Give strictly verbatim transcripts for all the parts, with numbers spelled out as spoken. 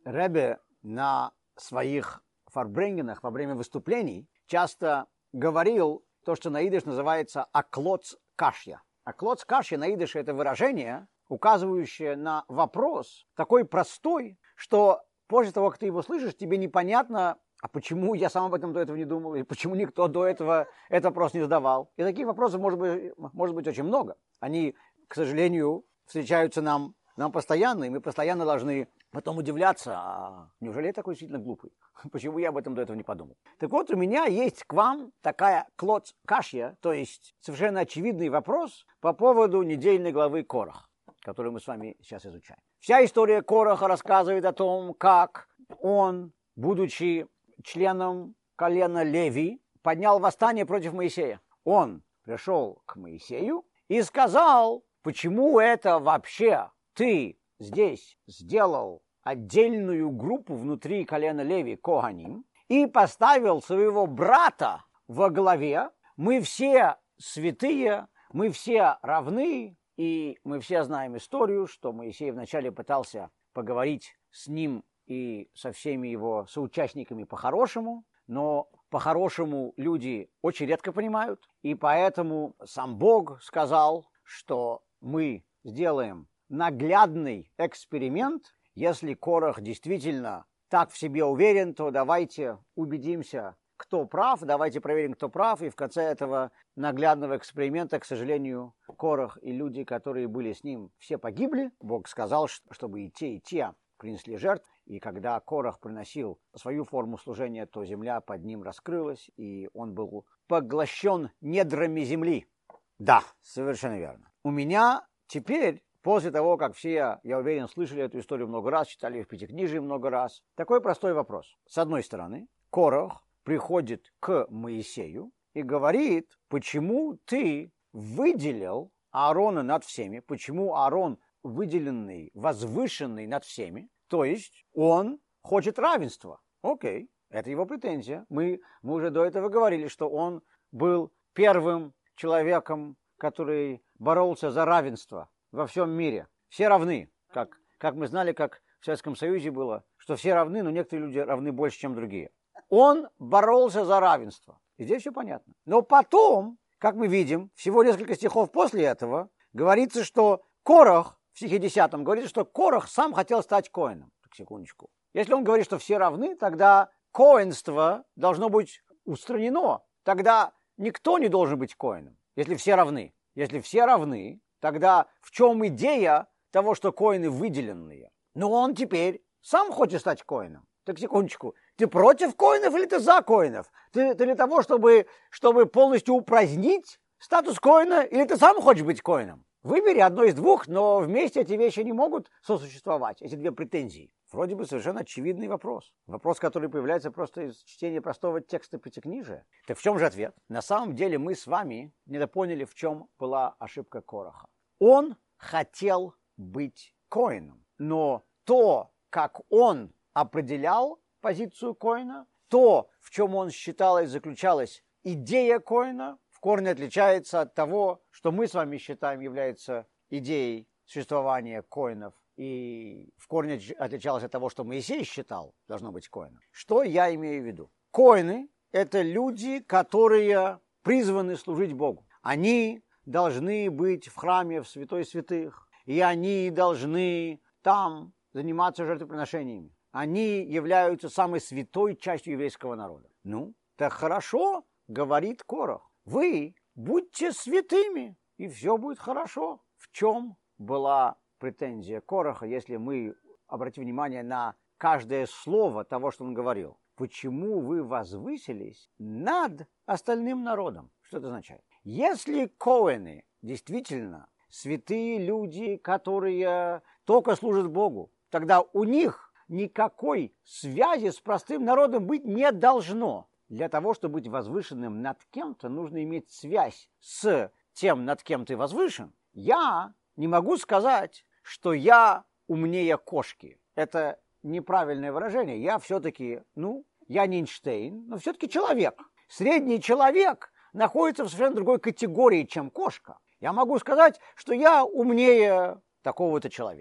Ребе на своих фарбрингенах во время выступлений часто говорил то, что на идыш называется аклоц кашья. Аклоц кашья на идыше — это выражение, указывающее на вопрос такой простой, что после того, как ты его слышишь, тебе непонятно, а почему я сам об этом до этого не думал, и почему никто до этого этот вопрос не задавал. И таких вопросов может быть, может быть очень много. Они, к сожалению, встречаются нам, нам постоянно, и мы постоянно должны потом удивляться, а неужели я такой сильно глупый? Почему я об этом до этого не подумал? Так вот, у меня есть к вам такая клоц кашья, то есть совершенно очевидный вопрос по поводу недельной главы Корах, которую мы с вами сейчас изучаем. Вся история Кораха рассказывает о том, как он, будучи членом колена Леви, поднял восстание против Моисея. Он пришел к Моисею и сказал, почему это вообще ты здесь сделал отдельную группу внутри колена Леви, Коганим, и поставил своего брата во главе. Мы все святые, мы все равны, и мы все знаем историю, что Моисей вначале пытался поговорить с ним и со всеми его соучастниками по-хорошему, но по-хорошему люди очень редко понимают, и поэтому сам Бог сказал, что мы сделаем наглядный эксперимент. Если Корах действительно так в себе уверен, то давайте убедимся, кто прав, давайте проверим, кто прав, и в конце этого наглядного эксперимента, к сожалению, Корах и люди, которые были с ним, все погибли. Бог сказал, чтобы и те, и те принесли жертв, и когда Корах приносил свою форму служения, то земля под ним раскрылась, и он был поглощен недрами земли. Да, совершенно верно. У меня теперь, после того, как все, я уверен, слышали эту историю много раз, читали ее в Пятикнижии много раз, такой простой вопрос. С одной стороны, Корах приходит к Моисею и говорит, почему ты выделил Аарона над всеми, почему Аарон выделенный, возвышенный над всеми, то есть он хочет равенства. Окей, это его претензия. Мы, мы уже до этого говорили, что он был первым человеком, который боролся за равенство во всем мире. Все равны, как, как мы знали, как в Советском Союзе было, что все равны, но некоторые люди равны больше, чем другие. Он боролся за равенство. И здесь все понятно. Но потом, как мы видим, всего несколько стихов после этого, говорится, что Корах, в стихе десятом, говорится, что Корах сам хотел стать коэном. Так, секундочку. Если он говорит, что все равны, тогда коэнство должно быть устранено. Тогда никто не должен быть коэном, если все равны. Если все равны, тогда в чем идея того, что коэны выделенные? Но он теперь сам хочет стать коэном. Так, секундочку. Ты против коинов или ты за коинов? Ты, ты для того, чтобы, чтобы полностью упразднить статус коина, или ты сам хочешь быть коином? Выбери одно из двух, но вместе эти вещи не могут сосуществовать, эти две претензии. Вроде бы совершенно очевидный вопрос. Вопрос, который появляется просто из чтения простого текста Пятикнижия. Так в чем же ответ? На самом деле мы с вами недопоняли, в чем была ошибка Кораха. Он хотел быть коином, но то, как он определял позицию коина, то, в чем он считал и заключалась идея коина, в корне отличается от того, что мы с вами считаем является идеей существования коинов, и в корне отличалось от того, что Моисей считал должно быть коином. Что я имею в виду? Коины – это люди, которые призваны служить Богу. Они должны быть в храме, в святой святых, и они должны там заниматься жертвоприношениями. Они являются самой святой частью еврейского народа. Ну, так хорошо, говорит Корах. Вы будьте святыми, и все будет хорошо. В чем была претензия Кораха, если мы обратим внимание на каждое слово того, что он говорил? Почему вы возвысились над остальным народом? Что это означает? Если коэны действительно святые люди, которые только служат Богу, тогда у них никакой связи с простым народом быть не должно. Для того, чтобы быть возвышенным над кем-то, нужно иметь связь с тем, над кем ты возвышен. Я не могу сказать, что я умнее кошки. Это неправильное выражение. Я все-таки, ну, я не Эйнштейн, но все-таки человек. Средний человек находится в совершенно другой категории, чем кошка. Я могу сказать, что я умнее такого-то человека.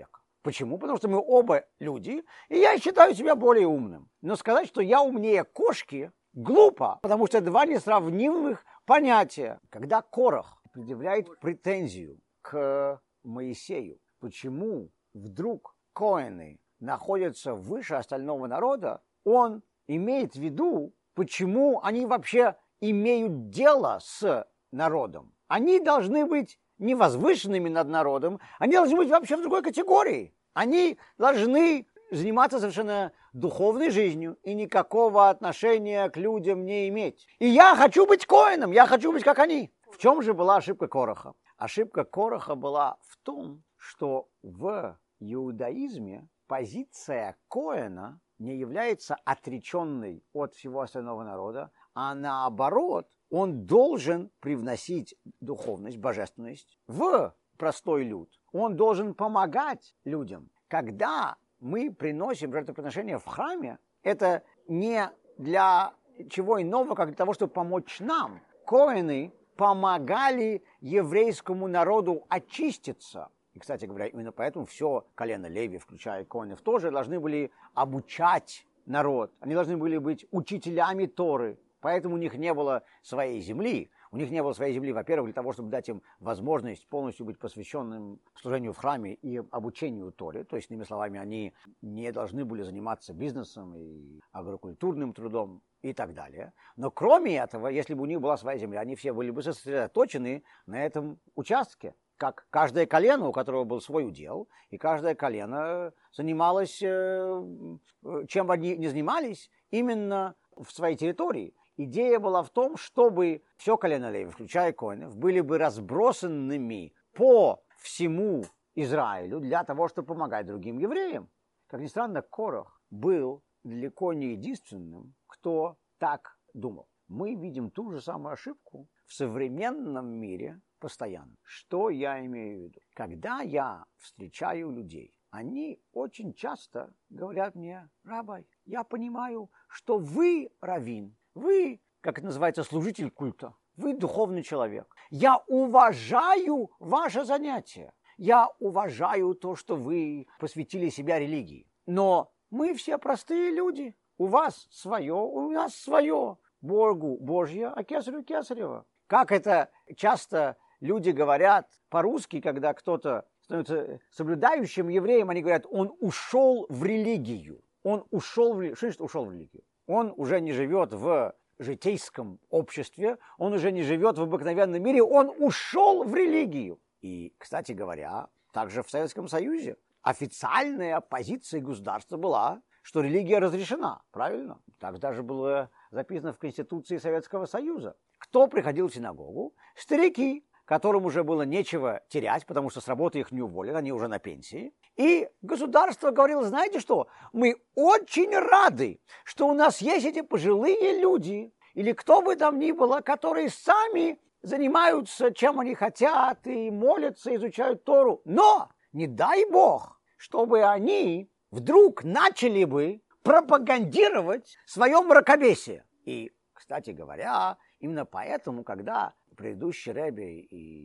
Почему? Потому что мы оба люди, и я считаю себя более умным. Но сказать, что я умнее кошки, глупо, потому что это два несравнимых понятия. Когда Корах предъявляет претензию к Моисею, почему вдруг коэны находятся выше остального народа, он имеет в виду, почему они вообще имеют дело с народом. Они должны быть не возвышенными над народом, они должны быть вообще в другой категории. Они должны заниматься совершенно духовной жизнью и никакого отношения к людям не иметь. И я хочу быть коэном, я хочу быть как они. В чем же была ошибка Кораха? Ошибка Кораха была в том, что в иудаизме позиция коэна не является отреченной от всего остального народа, а наоборот, он должен привносить духовность, божественность в простой люд. Он должен помогать людям. Когда мы приносим жертвоприношение в храме, это не для чего иного, как для того, чтобы помочь нам. Коэны помогали еврейскому народу очиститься. И, кстати говоря, именно поэтому все колено Леви, включая коэнов, тоже должны были обучать народ. Они должны были быть учителями Торы. Поэтому у них не было своей земли. У них не было своей земли, во-первых, для того, чтобы дать им возможность полностью быть посвященным служению в храме и обучению Торе. То есть, иными словами, они не должны были заниматься бизнесом и агрокультурным трудом и так далее. Но кроме этого, если бы у них была своя земля, они все были бы сосредоточены на этом участке. Как каждое колено, у которого был свой удел, и каждое колено занималось, чем бы они ни занимались, именно в своей территории. Идея была в том, чтобы все колено Леви, включая коэнов, были бы разбросанными по всему Израилю для того, чтобы помогать другим евреям. Как ни странно, Корах был далеко не единственным, кто так думал. Мы видим ту же самую ошибку в современном мире постоянно. Что я имею в виду? Когда я встречаю людей, они очень часто говорят мне: рабай, я понимаю, что вы раввин, вы, как это называется, служитель культа, вы духовный человек. Я уважаю ваше занятие, я уважаю то, что вы посвятили себя религии. Но мы все простые люди, у вас свое, у нас свое. Богу Божье, а кесарю кесарево. Как это часто люди говорят по-русски, когда кто-то становится соблюдающим евреем, они говорят: он ушел в религию. Он ушел в религию. Что значит ушел в религию? Он уже не живет в житейском обществе, он уже не живет в обыкновенном мире, он ушел в религию. И, кстати говоря, также в Советском Союзе официальная позиция государства была, что религия разрешена, правильно? Так даже было записано в Конституции Советского Союза. Кто приходил в синагогу? Старики, которым уже было нечего терять, потому что с работы их не уволили, они уже на пенсии. И государство говорило: знаете что, мы очень рады, что у нас есть эти пожилые люди, или кто бы там ни было, которые сами занимаются, чем они хотят, и молятся, изучают Тору. Но не дай Бог, чтобы они вдруг начали бы пропагандировать свое мракобесие. И, кстати говоря, именно поэтому, когда предыдущий Ребе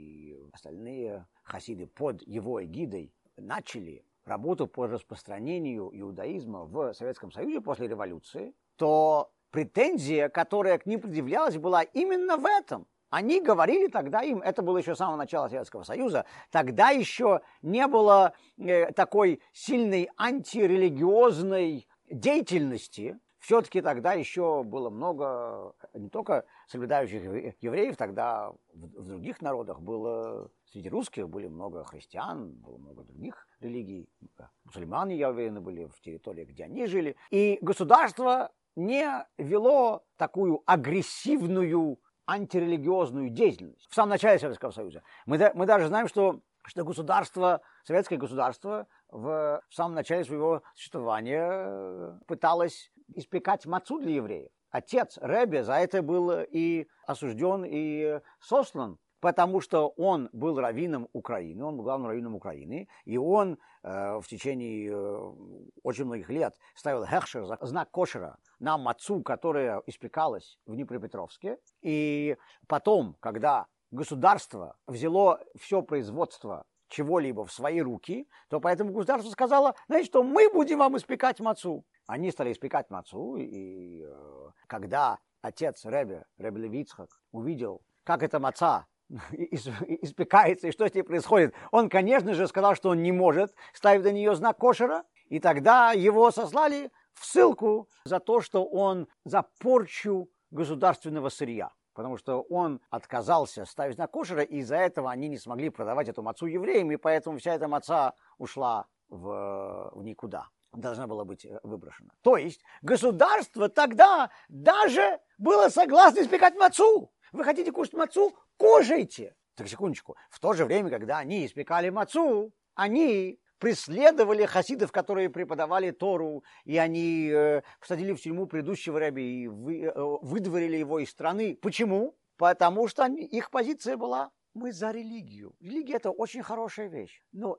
и остальные хасиды под его эгидой начали работу по распространению иудаизма в Советском Союзе после революции, то претензия, которая к ним предъявлялась, была именно в этом. Они говорили тогда им, это было еще с самого начала Советского Союза, тогда еще не было э, такой сильной антирелигиозной деятельности. Все-таки тогда еще было много не только соблюдающих евреев, тогда в, в других народах было, среди русских были много христиан, было много других религий. Мусульмане, я уверен, были в территории, где они жили. И государство не вело такую агрессивную антирелигиозную деятельность в самом начале Советского Союза. Мы, мы даже знаем, что, что государство, советское государство в, в самом начале своего существования пыталось испекать мацу для евреев. Отец Ребе за это был и осужден, и сослан, потому что он был раввином Украины, он был главным раввином Украины, и он э, в течение э, очень многих лет ставил хехшер, знак кошера, на мацу, которая испекалась в Днепропетровске. И потом, когда государство взяло все производство чего-либо в свои руки, то поэтому государство сказало, знаете что, мы будем вам испекать мацу. Они стали испекать мацу, и э, когда отец Ребе, Ребе Леви Ицхак, увидел, как эта маца испекается и что с ней происходит, он, конечно же, сказал, что он не может ставить на нее знак кошера, и тогда его сослали в ссылку за то, что он за порчу государственного сырья. Потому что он отказался ставить знак кошера, и из-за этого они не смогли продавать эту мацу евреям, и поэтому вся эта маца ушла в, в никуда. Должна была быть выброшена. То есть государство тогда даже было согласно испекать мацу. Вы хотите кушать мацу? Кушайте. Так, секундочку. В то же время, когда они испекали мацу, они преследовали хасидов, которые преподавали Тору, и они э, посадили в тюрьму предыдущего ребе и вы, э, выдворили его из страны. Почему? Потому что они, их позиция была: мы за религию. Религия – это очень хорошая вещь. Но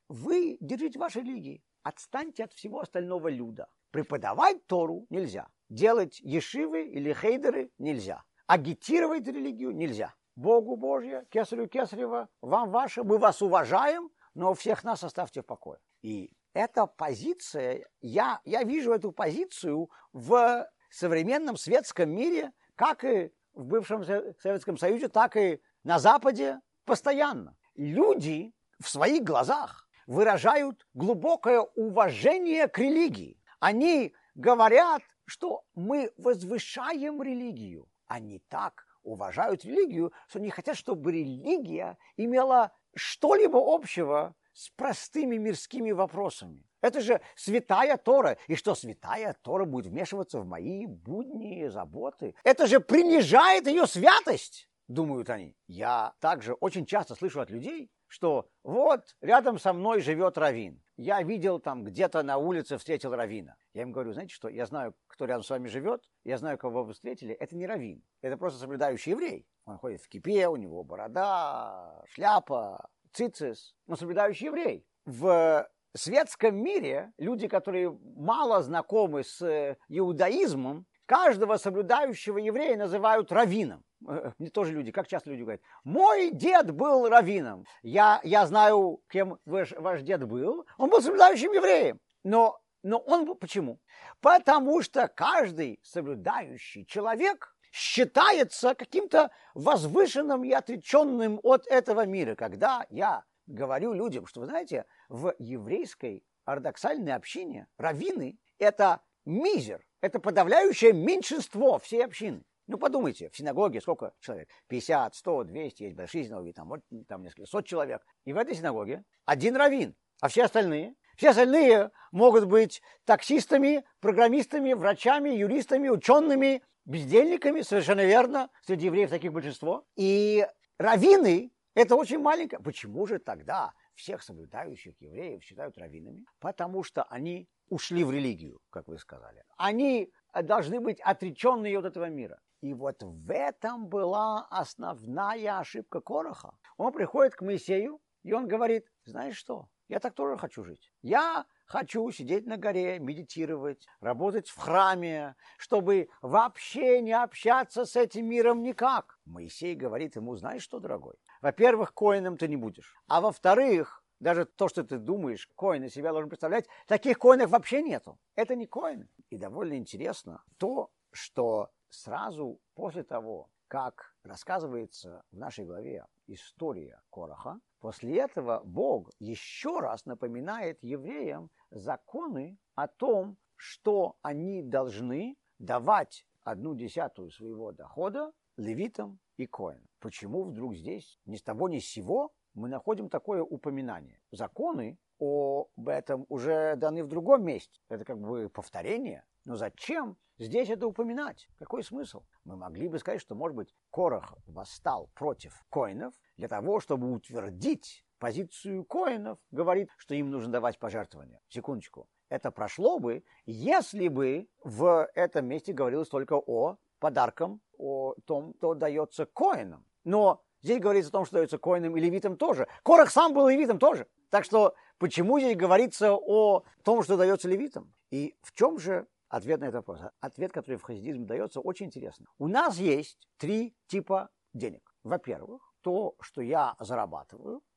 вы держите ваши религии. Отстаньте от всего остального люда. Преподавать Тору нельзя. Делать ешивы или хейдеры нельзя. Агитировать религию нельзя. Богу Божье, кесарю кесарева, вам ваше, мы вас уважаем, но всех нас оставьте в покое. И эта позиция, я, я вижу эту позицию в современном светском мире, как и в бывшем Советском Союзе, так и на Западе постоянно. Люди в своих глазах выражают глубокое уважение к религии. Они говорят, что мы возвышаем религию. Они так уважают религию, что не хотят, чтобы религия имела что-либо общего с простыми мирскими вопросами. Это же святая Тора. И что святая Тора будет вмешиваться в мои будни, заботы? Это же принижает ее святость, думают они. Я также очень часто слышу от людей, что вот рядом со мной живет раввин. Я видел там где-то на улице, встретил раввина. Я им говорю, знаете что, я знаю, кто рядом с вами живет, я знаю, кого вы встретили. Это не раввин, это просто соблюдающий еврей. Он ходит в кипе, у него борода, шляпа, цицис, но соблюдающий еврей. В светском мире люди, которые мало знакомы с иудаизмом, каждого соблюдающего еврея называют раввином. Мне тоже люди, как часто люди говорят, мой дед был раввином. Я, я знаю, кем ваш, ваш дед был. Он был соблюдающим евреем. Но, но он был... Почему? Потому что каждый соблюдающий человек считается каким-то возвышенным и отреченным от этого мира. Когда я говорю людям, что, вы знаете, в еврейской ортодоксальной общине раввины – это мизер, это подавляющее меньшинство всей общины. Ну, подумайте, в синагоге сколько человек? пятьдесят, сто, двести, есть большие синагоги, там, вот, там несколько сот человек. И в этой синагоге один раввин, а все остальные? Все остальные могут быть таксистами, программистами, врачами, юристами, учеными, бездельниками, совершенно верно. Среди евреев таких большинство. И раввины – это очень маленькое. Почему же тогда всех соблюдающих евреев считают раввинами? Потому что они ушли в религию, как вы сказали. Они должны быть отреченные от этого мира. И вот в этом была основная ошибка Кораха. Он приходит к Моисею, и он говорит, знаешь что, я так тоже хочу жить. Я хочу сидеть на горе, медитировать, работать в храме, чтобы вообще не общаться с этим миром никак. Моисей говорит ему, знаешь что, дорогой, во-первых, коэном ты не будешь, а во-вторых, даже то, что ты думаешь, коэн из себя должен представлять, таких коэнов вообще нету. Это не коэн. И довольно интересно то, что сразу после того, как рассказывается в нашей главе история Кораха, после этого Бог еще раз напоминает евреям законы о том, что они должны давать одну десятую своего дохода левитам и коэнам. Почему вдруг здесь ни с того ни с сего мы находим такое упоминание? Законы об этом уже даны в другом месте. Это как бы повторение. Но зачем здесь это упоминать? Какой смысл? Мы могли бы сказать, что, может быть, Корах восстал против коэнов для того, чтобы утвердить позицию коэнов, говорит, что им нужно давать пожертвования. Секундочку. Это прошло бы, если бы в этом месте говорилось только о подаркам, о том, что дается коэнам. Но здесь говорится о том, что дается коэнам и левитам тоже. Корах сам был левитом тоже. Так что почему здесь говорится о том, что дается левитам? И в чем же ответ на этот вопрос? Ответ, который в хасидизме дается, очень интересный. У нас есть три типа денег. Во-первых, то, что я зарабатываю, ну,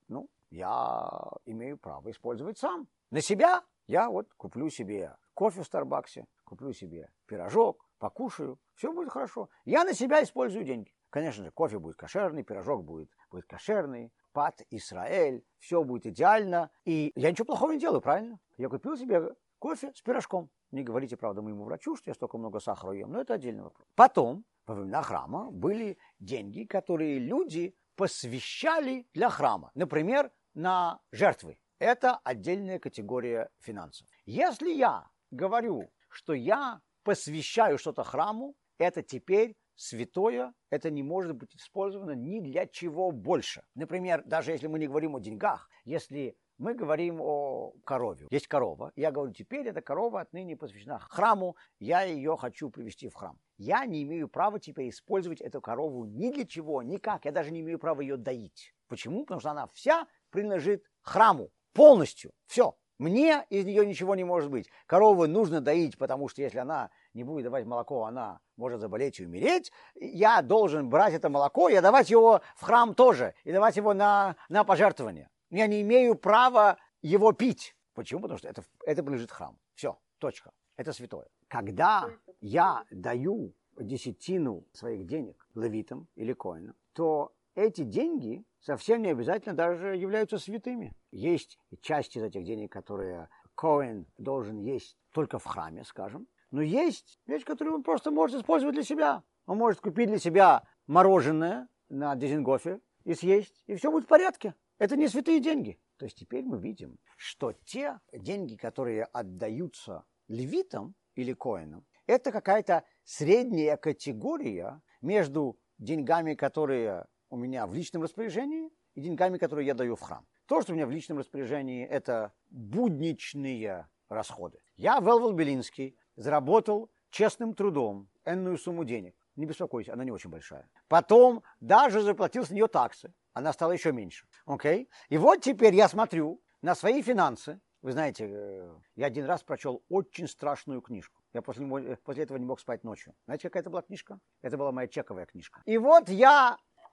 я имею право использовать сам. На себя я вот куплю себе кофе в Старбаксе, куплю себе пирожок, покушаю, все будет хорошо. Я на себя использую деньги. Конечно же, кофе будет кошерный, пирожок будет, будет кошерный, пат Исраэль, все будет идеально. И я ничего плохого не делаю, правильно? Я купил себе кофе с пирожком. Не говорите, правда, моему врачу, что я столько много сахара ем, но это отдельный вопрос. Потом, во времена храма, были деньги, которые люди посвящали для храма. Например, на жертвы. Это отдельная категория финансов. Если я говорю, что я посвящаю что-то храму, это теперь святое, это не может быть использовано ни для чего больше. Например, даже если мы не говорим о деньгах, если мы говорим о корове. Есть корова. Я говорю, теперь эта корова отныне посвящена храму, я ее хочу привести в храм. Я не имею права теперь использовать эту корову ни для чего, никак. Я даже не имею права ее доить. Почему? Потому что она вся принадлежит храму. Полностью. Все. Мне из нее ничего не может быть. Корову нужно доить, потому что если она не будет давать молоко, она может заболеть и умереть. Я должен брать это молоко и давать его в храм тоже. И давать его на, на пожертвование. Я не имею права его пить. Почему? Потому что это, это принадлежит храму. Все. Точка. Это святое. Когда я даю десятину своих денег левитам или коинам, то эти деньги совсем не обязательно даже являются святыми. Есть части из этих денег, которые коин должен есть только в храме, скажем. Но есть вещь, которую он просто может использовать для себя. Он может купить для себя мороженое на Дизенгофе и съесть, и все будет в порядке. Это не святые деньги. То есть теперь мы видим, что те деньги, которые отдаются левитам или коинам, это какая-то средняя категория между деньгами, которые у меня в личном распоряжении, и деньгами, которые я даю в храм. То, что у меня в личном распоряжении, это будничные расходы. Я, Велвел Белинский, заработал честным трудом энную сумму денег. Не беспокойтесь, она не очень большая. Потом даже заплатил с нее таксы. Она стала еще меньше. Окей? И вот теперь я смотрю на свои финансы. Вы знаете, я один раз прочел очень страшную книжку. Я после, него, после этого не мог спать ночью. Знаете, какая это была книжка? Это была моя чековая книжка. И вот я...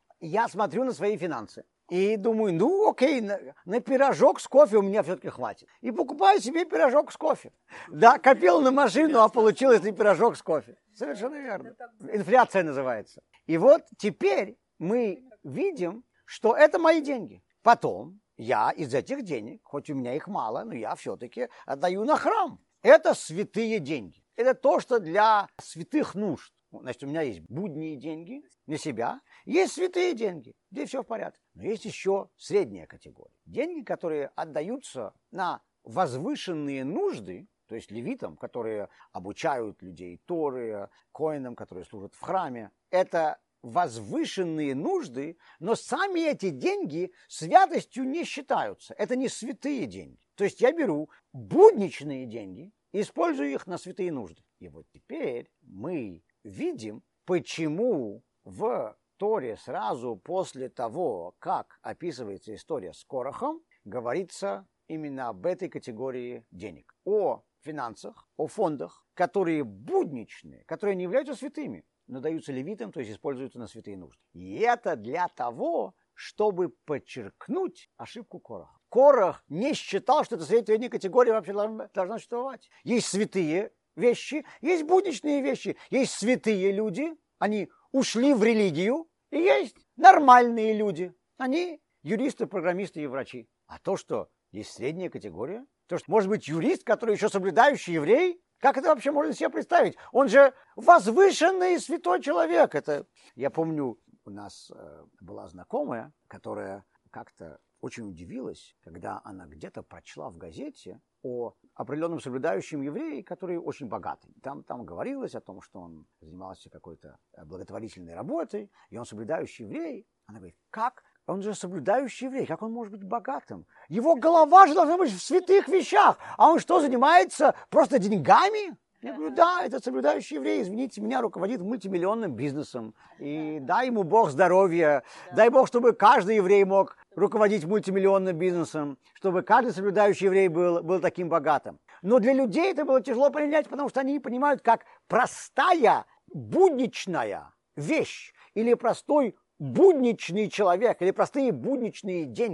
Я смотрю на свои финансы и думаю, ну окей, на, на пирожок с кофе у меня все-таки хватит. И покупаю себе пирожок с кофе. Да, копил на машину, а получилось не пирожок с кофе. Совершенно верно. Инфляция называется. И вот теперь мы видим, что это мои деньги. Потом я из этих денег, хоть у меня их мало, но я все-таки отдаю на храм. Это святые деньги. Это то, что для святых нужд. Значит, у меня есть будние деньги на себя, есть святые деньги, где все в порядке. Но есть еще средняя категория. Деньги, которые отдаются на возвышенные нужды, то есть левитам, которые обучают людей Торы, коинам, которые служат в храме. Это возвышенные нужды, но сами эти деньги святостью не считаются. Это не святые деньги. То есть я беру будничные деньги и использую их на святые нужды. И вот теперь мы видим, почему в Торе сразу после того, как описывается история с Корахом, говорится именно об этой категории денег. О финансах, о фондах, которые будничные, которые не являются святыми, но даются левитам, то есть используются на святые нужды. И это для того, чтобы подчеркнуть ошибку Кораха. Корах не считал, что эта средняя категория вообще должна существовать. Есть святые вещи, есть будничные вещи, есть святые люди, они ушли в религию, и есть нормальные люди, они юристы, программисты и врачи. А то, что есть средняя категория, то, что может быть юрист, который еще соблюдающий еврей, как это вообще можно себе представить? Он же возвышенный святой человек. Это, я помню, у нас э, была знакомая, которая как-то очень удивилась, когда она где-то прочла в газете о определенном соблюдающем еврее, который очень богатый. Там, там говорилось о том, что он занимался какой-то благотворительной работой, и он соблюдающий еврей. Она говорит, как? Он же соблюдающий еврей, как он может быть богатым? Его голова же должна быть в святых вещах, а он что, занимается просто деньгами? Я говорю, да, этот соблюдающий еврей, извините меня, руководит мультимиллионным бизнесом. И дай ему Бог здоровья, дай Бог, чтобы каждый еврей мог руководить мультимиллионным бизнесом, чтобы каждый соблюдающий еврей был, был таким богатым. Но для людей это было тяжело принять, потому что они не понимают, как простая, будничная вещь или простой будничный человек, или простые будничные деньги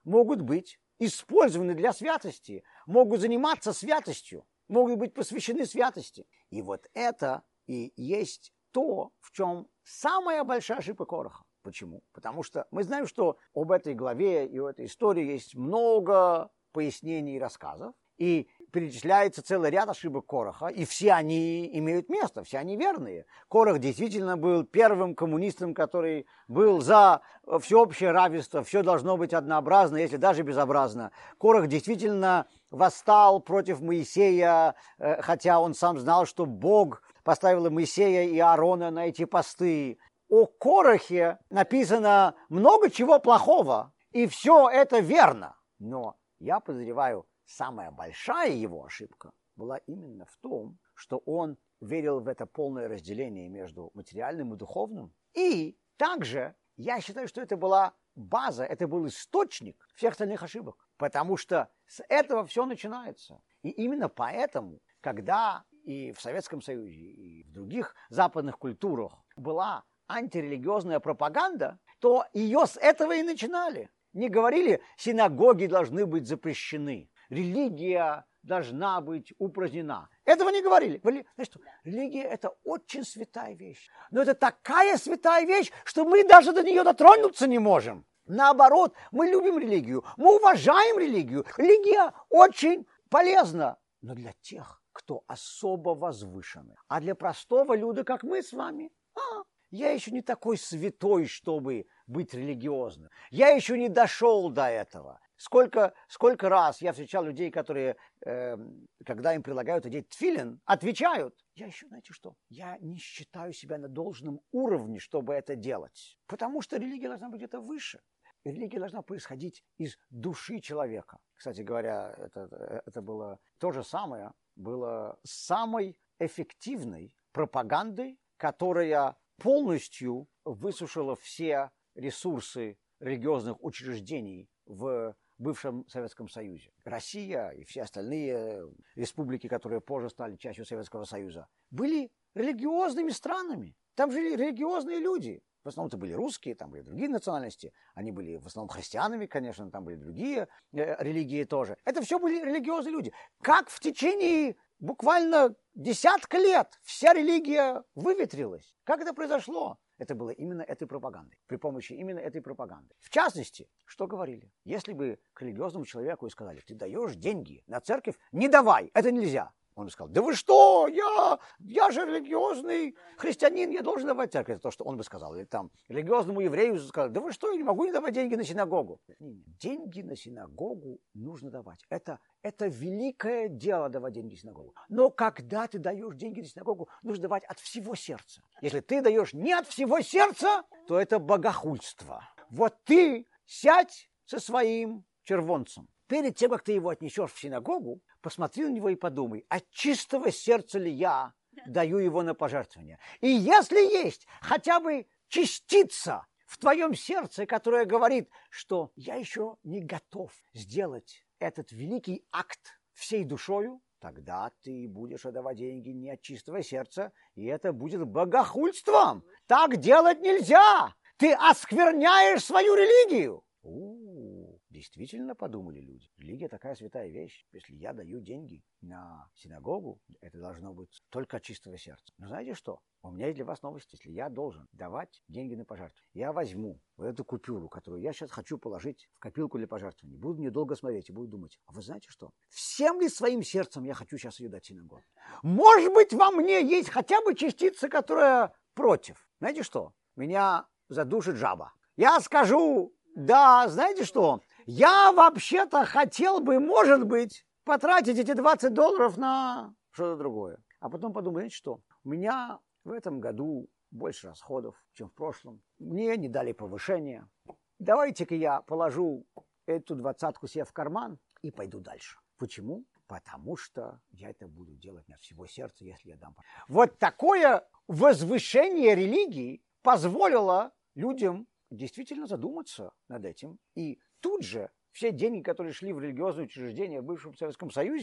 могут быть использованы для святости, могут заниматься святостью, могут быть посвящены святости. И вот это и есть то, в чем самая большая ошибка Кораха. Почему? Потому что мы знаем, что об этой главе и у этой истории есть много пояснений и рассказов, и перечисляется целый ряд ошибок Кораха, и все они имеют место, все они верные. Корах действительно был первым коммунистом, который был за всеобщее равенство, все должно быть однообразно, если даже безобразно. Корах действительно восстал против Моисея, хотя он сам знал, что Бог поставил Моисея и Аарона на эти посты. О Корахе написано много чего плохого, и все это верно. Но я подозреваю, самая большая его ошибка была именно в том, что он верил в это полное разделение между материальным и духовным. И также я считаю, что это была база, это был источник всех остальных ошибок. Потому что с этого все начинается. И именно поэтому, когда и в Советском Союзе, и в других западных культурах была антирелигиозная пропаганда, то ее с этого и начинали. Не говорили, синагоги должны быть запрещены, религия должна быть упразднена. Этого не говорили. Говорили, знаешь что, религия – это очень святая вещь. Но это такая святая вещь, что мы даже до нее дотронуться не можем. Наоборот, мы любим религию, мы уважаем религию. Религия очень полезна, но для тех, кто особо возвышены. А для простого люда, как мы с вами, а, я еще не такой святой, чтобы быть религиозным. Я еще не дошел до этого. Сколько, сколько раз я встречал людей, которые, э, когда им предлагают одеть тфилин, отвечают: я еще, знаете что, я не считаю себя на должном уровне, чтобы это делать. Потому что религия должна быть где-то выше. Религия должна происходить из души человека. Кстати говоря, это, это было то же самое, было самой эффективной пропагандой, которая полностью высушила все ресурсы религиозных учреждений в бывшем Советском Союзе. Россия и все остальные республики, которые позже стали частью Советского Союза, были религиозными странами. Там жили религиозные люди. В основном это были русские, там были другие национальности. Они были в основном христианами, конечно, там были другие э, религии тоже. Это все были религиозные люди. Как в течение буквально десятка лет вся религия выветрилась? Как это произошло? Это было именно этой пропагандой, при помощи именно этой пропаганды. В частности, что говорили? Если бы к религиозному человеку и сказали: ты даешь деньги на церковь, не давай, это нельзя. Он бы сказал: да вы что, я, я же религиозный христианин, я должен давать церковь. Это то, что он бы сказал. Или там религиозному еврею сказал: да вы что, я не могу не давать деньги на синагогу. Деньги на синагогу нужно давать. Это, это великое дело — давать деньги на синагогу. Но когда ты даешь деньги на синагогу, нужно давать от всего сердца. Если ты даешь не от всего сердца, то это богохульство. Вот ты сядь со своим червонцем. Перед тем, как ты его отнесешь в синагогу, посмотри на него и подумай: от чистого сердца ли я даю его на пожертвование? И если есть хотя бы частица в твоем сердце, которая говорит, что я еще не готов сделать этот великий акт всей душою, тогда ты будешь отдавать деньги не от чистого сердца, и это будет богохульством. Так делать нельзя! Ты оскверняешь свою религию. У-у-у, действительно, подумали люди, религия такая святая вещь. Если я даю деньги на синагогу, это должно быть только от чистого сердца. Но знаете что? У меня есть для вас новость. Если я должен давать деньги на пожертвование, я возьму вот эту купюру, которую я сейчас хочу положить в копилку для пожертвований, буду недолго смотреть и буду думать: а вы знаете что? Всем ли своим сердцем я хочу сейчас ее дать синагогу? Может быть, во мне есть хотя бы частица, которая против. Знаете что? Меня задушит жаба. Я скажу: да, знаете что, я вообще-то хотел бы, может быть, потратить эти двадцать долларов на что-то другое. А потом подумать: знаете что, у меня в этом году больше расходов, чем в прошлом. Мне не дали повышения. Давайте-ка я положу эту двадцатку себе в карман и пойду дальше. Почему? Потому что я это буду делать от всего сердца, если я дам. Вот такое возвышение религии позволило людям действительно задуматься над этим. И тут же все деньги, которые шли в религиозные учреждения в бывшем Советском Союзе,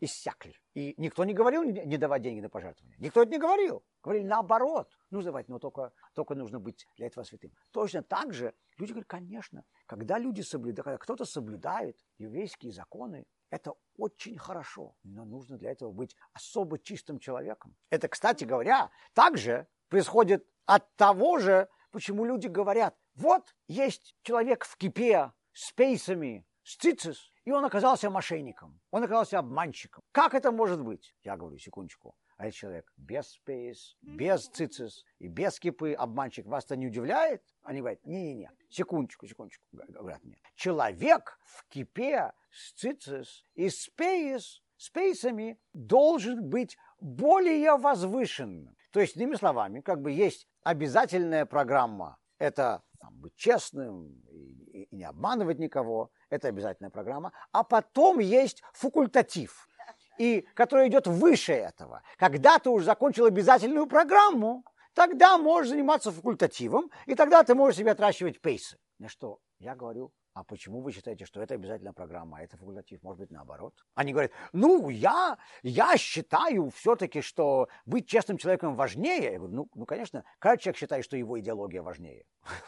иссякли. И никто не говорил не давать деньги на пожертвования. Никто это не говорил. Говорили наоборот. Нужно давать, но только, только нужно быть для этого святым. Точно так же люди говорят, конечно, когда люди соблюдают, когда кто-то соблюдает еврейские законы, это очень хорошо. Но нужно для этого быть особо чистым человеком. Это, кстати говоря, также происходит от того же, почему люди говорят, вот есть человек в кипе с пейсами, с цицис, и он оказался мошенником, он оказался обманщиком. Как это может быть? Я говорю, секундочку. А этот человек без спейс, без цицис и без кипы обманщик. Вас это не удивляет? Они говорят, не-не-не, секундочку, секундочку, говорят мне. Человек в кипе с цицис и спейс, спейсами должен быть более возвышенным. То есть, иными словами, как бы есть обязательная программа. Это там, быть честным и, и не обманывать никого. Это обязательная программа. А потом есть факультатив, и, который идет выше этого. Когда ты уже закончил обязательную программу, тогда можешь заниматься факультативом, и тогда ты можешь себе отращивать пейсы. На что я говорю, а почему вы считаете, что это обязательная программа, а это факультатив? Может быть, наоборот? Они говорят, ну, я, я считаю все-таки, что быть честным человеком важнее. Я говорю, ну, ну, конечно, каждый человек считает, что его идеология важнее.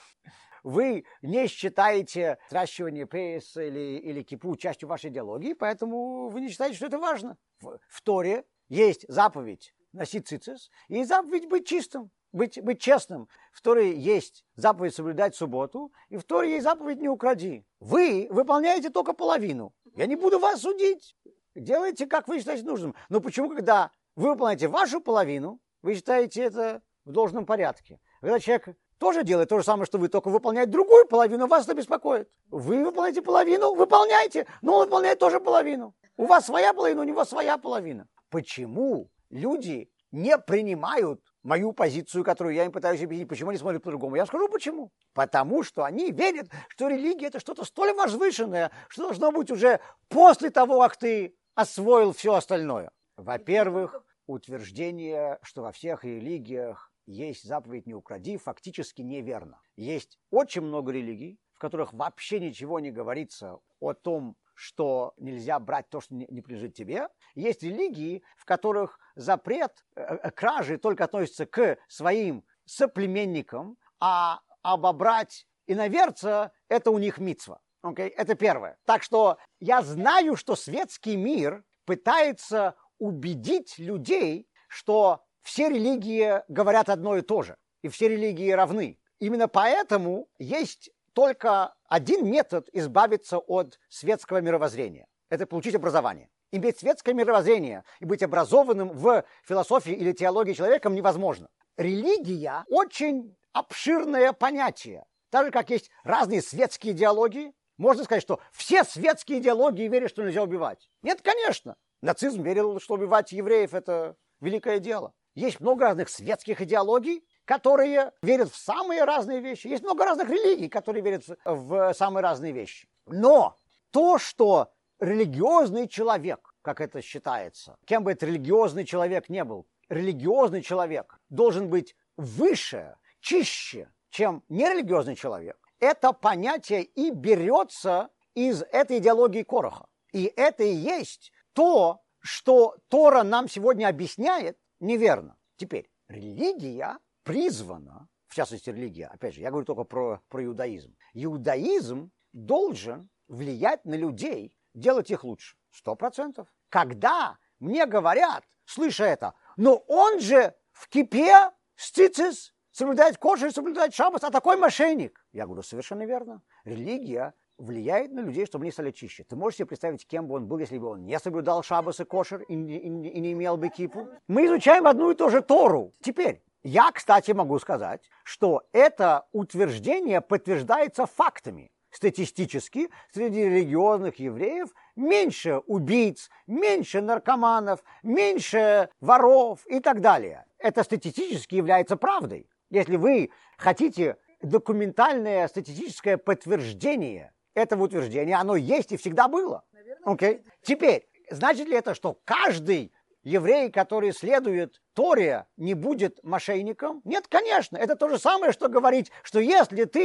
Вы не считаете отращивание пейса или, или кипу частью вашей идеологии, поэтому вы не считаете, что это важно. В, в Торе есть заповедь носить цицис и заповедь быть чистым. Быть, быть честным. В Торе есть заповедь соблюдать субботу, и в Торе есть заповедь не укради. Вы выполняете только половину. Я не буду вас судить. Делайте, как вы считаете нужным. Но почему, когда вы выполняете вашу половину, вы считаете это в должном порядке? Когда человек тоже делает то же самое, что вы, только выполняет другую половину, вас это беспокоит. Вы выполняете половину, выполняйте, но он выполняет тоже половину. У вас своя половина, у него своя половина. Почему люди не принимают мою позицию, которую я им пытаюсь объяснить, почему они смотрят по-другому? Я скажу почему. Потому что они верят, что религия это что-то столь возвышенное, что должно быть уже после того, как ты освоил все остальное. Во-первых, утверждение, что во всех религиях есть заповедь «не укради», фактически неверно. Есть очень много религий, в которых вообще ничего не говорится о том, что нельзя брать то, что не принадлежит тебе. Есть религии, в которых запрет э, кражи только относится к своим соплеменникам, а обобрать иноверца – это у них мицва. Okay? Это первое. Так что я знаю, что светский мир пытается убедить людей, что все религии говорят одно и то же, и все религии равны. Именно поэтому есть только один метод избавиться от светского мировоззрения. Это получить образование. Иметь светское мировоззрение и быть образованным в философии или теологии человеком невозможно. Религия – очень обширное понятие. Так же, как есть разные светские идеологии. Можно сказать, что все светские идеологии верят, что нельзя убивать. Нет, конечно. Нацизм верил, что убивать евреев – это великое дело. Есть много разных светских идеологий, которые верят в самые разные вещи. Есть много разных религий, которые верят в самые разные вещи. Но то, что религиозный человек, как это считается, кем бы этот религиозный человек не был, религиозный человек должен быть выше, чище, чем нерелигиозный человек. Это понятие и берется из этой идеологии Короха. И это и есть то, что Тора нам сегодня объясняет, неверно. Теперь, религия призвана, в частности религия, опять же, я говорю только про, про иудаизм. Иудаизм должен влиять на людей, делать их лучше. Сто процентов. Когда мне говорят, слыша это, но он же в кипе с цицис, соблюдает кошер, соблюдает шаббат, а такой мошенник. Я говорю, совершенно верно. Религия влияет на людей, чтобы они стали чище. Ты можешь себе представить, кем бы он был, если бы он не соблюдал шаббат и кошер и, и, и не имел бы кипу? Мы изучаем одну и ту же Тору. Теперь, я, кстати, могу сказать, что это утверждение подтверждается фактами. Статистически среди религиозных евреев меньше убийц, меньше наркоманов, меньше воров и так далее. Это статистически является правдой. Если вы хотите документальное статистическое подтверждение этого утверждения, оно есть и всегда было. Okay? Теперь, значит ли это, что каждый еврей, который следует Торе, не будет мошенником? Нет, конечно. Это то же самое, что говорить, что если ты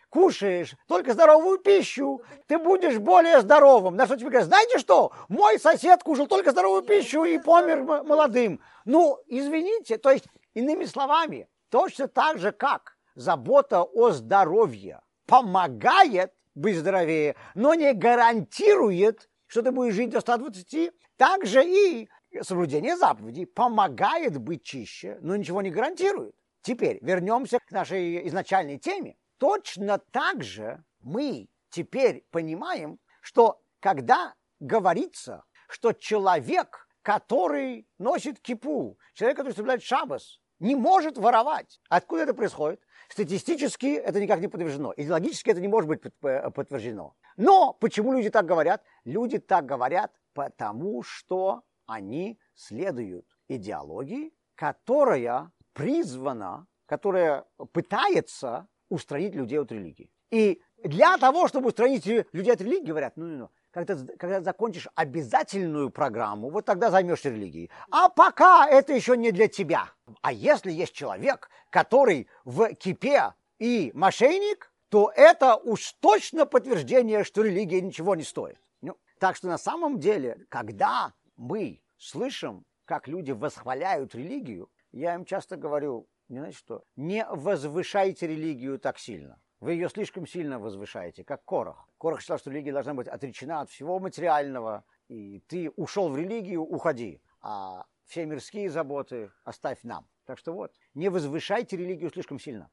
кушаешь только здоровую пищу, ты будешь более здоровым. На что тебе говорят, знаете что, мой сосед кушал только здоровую пищу и помер молодым. Ну, извините, то есть, иными словами, точно так же, как забота о здоровье помогает быть здоровее, но не гарантирует, что ты будешь жить до ста двадцати, так же и соблюдение заповедей помогает быть чище, но ничего не гарантирует. Теперь вернемся к нашей изначальной теме. Точно так же мы теперь понимаем, что когда говорится, что человек, который носит кипу, человек, который соблюдает шаббас, не может воровать. Откуда это происходит? Статистически это никак не подтверждено. Идеологически это не может быть подтверждено. Но почему люди так говорят? Люди так говорят, потому что они следуют идеологии, которая призвана, которая пытается устранить людей от религии. И для того, чтобы устранить людей от религии, говорят, ну, ну, ну, когда, когда закончишь обязательную программу, вот тогда займешься религией. А пока это еще не для тебя. А если есть человек, который в кипе и мошенник, то это уж точно подтверждение, что религия ничего не стоит. Ну, так что на самом деле, когда мы слышим, как люди восхваляют религию, я им часто говорю, не знаете что, не возвышайте религию так сильно. Вы ее слишком сильно возвышаете, как Корах. Корах считал, что религия должна быть отречена от всего материального, и ты ушел в религию, уходи, а все мирские заботы оставь нам. Так что вот, не возвышайте религию слишком сильно.